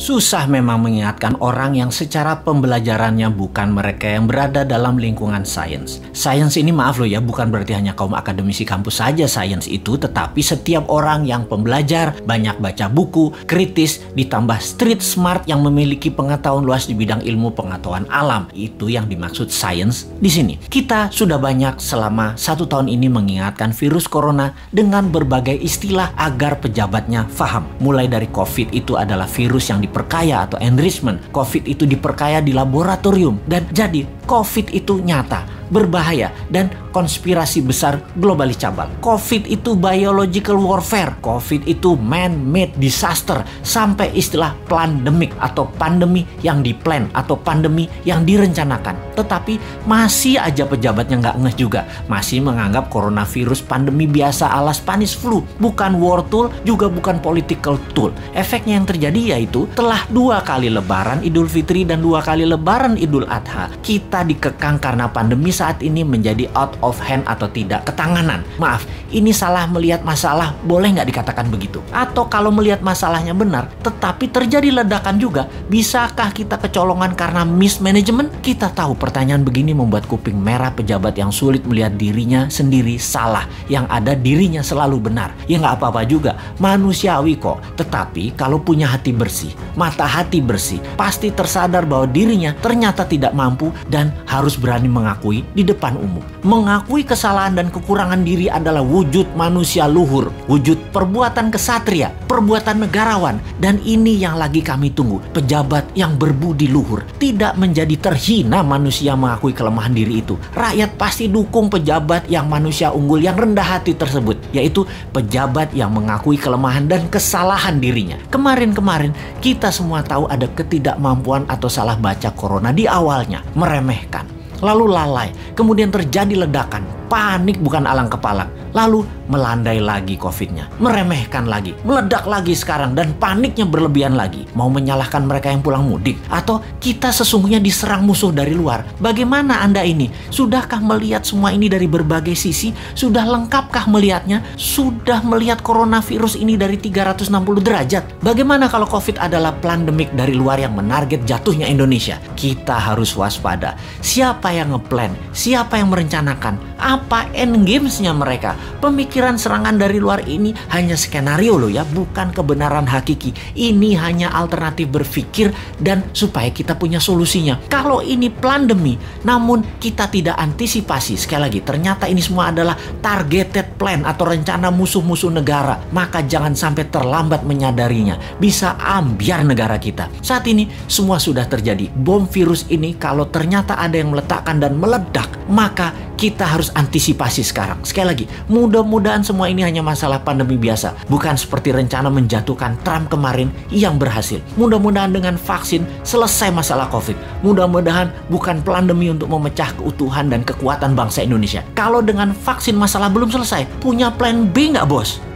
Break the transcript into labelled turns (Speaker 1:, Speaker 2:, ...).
Speaker 1: Susah memang mengingatkan orang yang secara pembelajarannya bukan mereka yang berada dalam lingkungan sains. Sains ini maaf loh ya, bukan berarti hanya kaum akademisi kampus saja sains itu, tetapi setiap orang yang pembelajar, banyak baca buku, kritis, ditambah street smart yang memiliki pengetahuan luas di bidang ilmu pengetahuan alam. Itu yang dimaksud sains di sini. Kita sudah banyak selama 1 tahun ini mengingatkan virus corona dengan berbagai istilah agar pejabatnya paham. Mulai dari COVID itu adalah virus yang diperkaya atau enrichment. COVID itu diperkaya di laboratorium. Dan jadi COVID itu nyata, berbahaya, dan konspirasi besar globalis cabal. COVID itu biological warfare. COVID itu man-made disaster. Sampai istilah pandemic atau pandemi yang diplan atau pandemi yang direncanakan. Tetapi masih aja pejabatnya nggak ngeh juga. Masih menganggap coronavirus pandemi biasa ala Spanish flu. Bukan war tool, juga bukan political tool. Efeknya yang terjadi yaitu telah 2 kali lebaran Idul Fitri dan 2 kali lebaran Idul Adha, kita dikekang karena pandemi saat ini menjadi out of hand atau tidak ketanganan. Maaf, ini salah melihat masalah, boleh nggak dikatakan begitu? Atau kalau melihat masalahnya benar, tetapi terjadi ledakan juga, bisakah kita kecolongan karena mismanagement? Kita tahu pertanyaan begini membuat kuping merah pejabat yang sulit melihat dirinya sendiri salah, yang ada dirinya selalu benar. Ya nggak apa-apa juga, manusiawi kok. Tetapi kalau punya hati bersih, mata hati bersih, pasti tersadar bahwa dirinya ternyata tidak mampu dan harus berani mengakui di depan umum. Mengakui kesalahan dan kekurangan diri adalah wujud manusia luhur, wujud perbuatan kesatria, perbuatan negarawan. Dan ini yang lagi kami tunggu, pejabat yang berbudi luhur. Tidak menjadi terhina manusia mengakui kelemahan diri itu. Rakyat pasti dukung pejabat yang manusia unggul, yang rendah hati tersebut, yaitu pejabat yang mengakui kelemahan dan kesalahan dirinya. Kemarin-kemarin kita semua tahu ada ketidakmampuan atau salah baca corona di awalnya, meremehkan, lalu lalai, kemudian terjadi ledakan, panik bukan alang kepala, lalu melandai lagi COVID-nya, meremehkan lagi, meledak lagi sekarang, dan paniknya berlebihan lagi. Mau menyalahkan mereka yang pulang mudik? Atau kita sesungguhnya diserang musuh dari luar? Bagaimana Anda ini? Sudahkah melihat semua ini dari berbagai sisi? Sudah lengkapkah melihatnya? Sudah melihat coronavirus ini dari 360 derajat? Bagaimana kalau COVID adalah pandemik dari luar yang menarget jatuhnya Indonesia? Kita harus waspada. Siapa yang ngeplan? Siapa yang merencanakan? Apa endgamesnya mereka? Pemikiran serangan dari luar ini hanya skenario loh ya, bukan kebenaran hakiki. Ini hanya alternatif berpikir dan supaya kita punya solusinya. Kalau ini pandemi, namun kita tidak antisipasi, sekali lagi, ternyata ini semua adalah targeted plan atau rencana musuh-musuh negara, maka jangan sampai terlambat menyadarinya. Bisa ambiar negara kita. Saat ini semua sudah terjadi. Bom virus ini kalau ternyata ada yang meletakkan dan meledak, maka kita harus antisipasi sekarang. Sekali lagi, mudah-mudahan semua ini hanya masalah pandemi biasa, bukan seperti rencana menjatuhkan Trump kemarin yang berhasil. Mudah-mudahan dengan vaksin selesai masalah COVID. Mudah-mudahan bukan pandemi untuk memecah keutuhan dan kekuatan bangsa Indonesia. Kalau dengan vaksin masalah belum selesai, punya plan B nggak bos?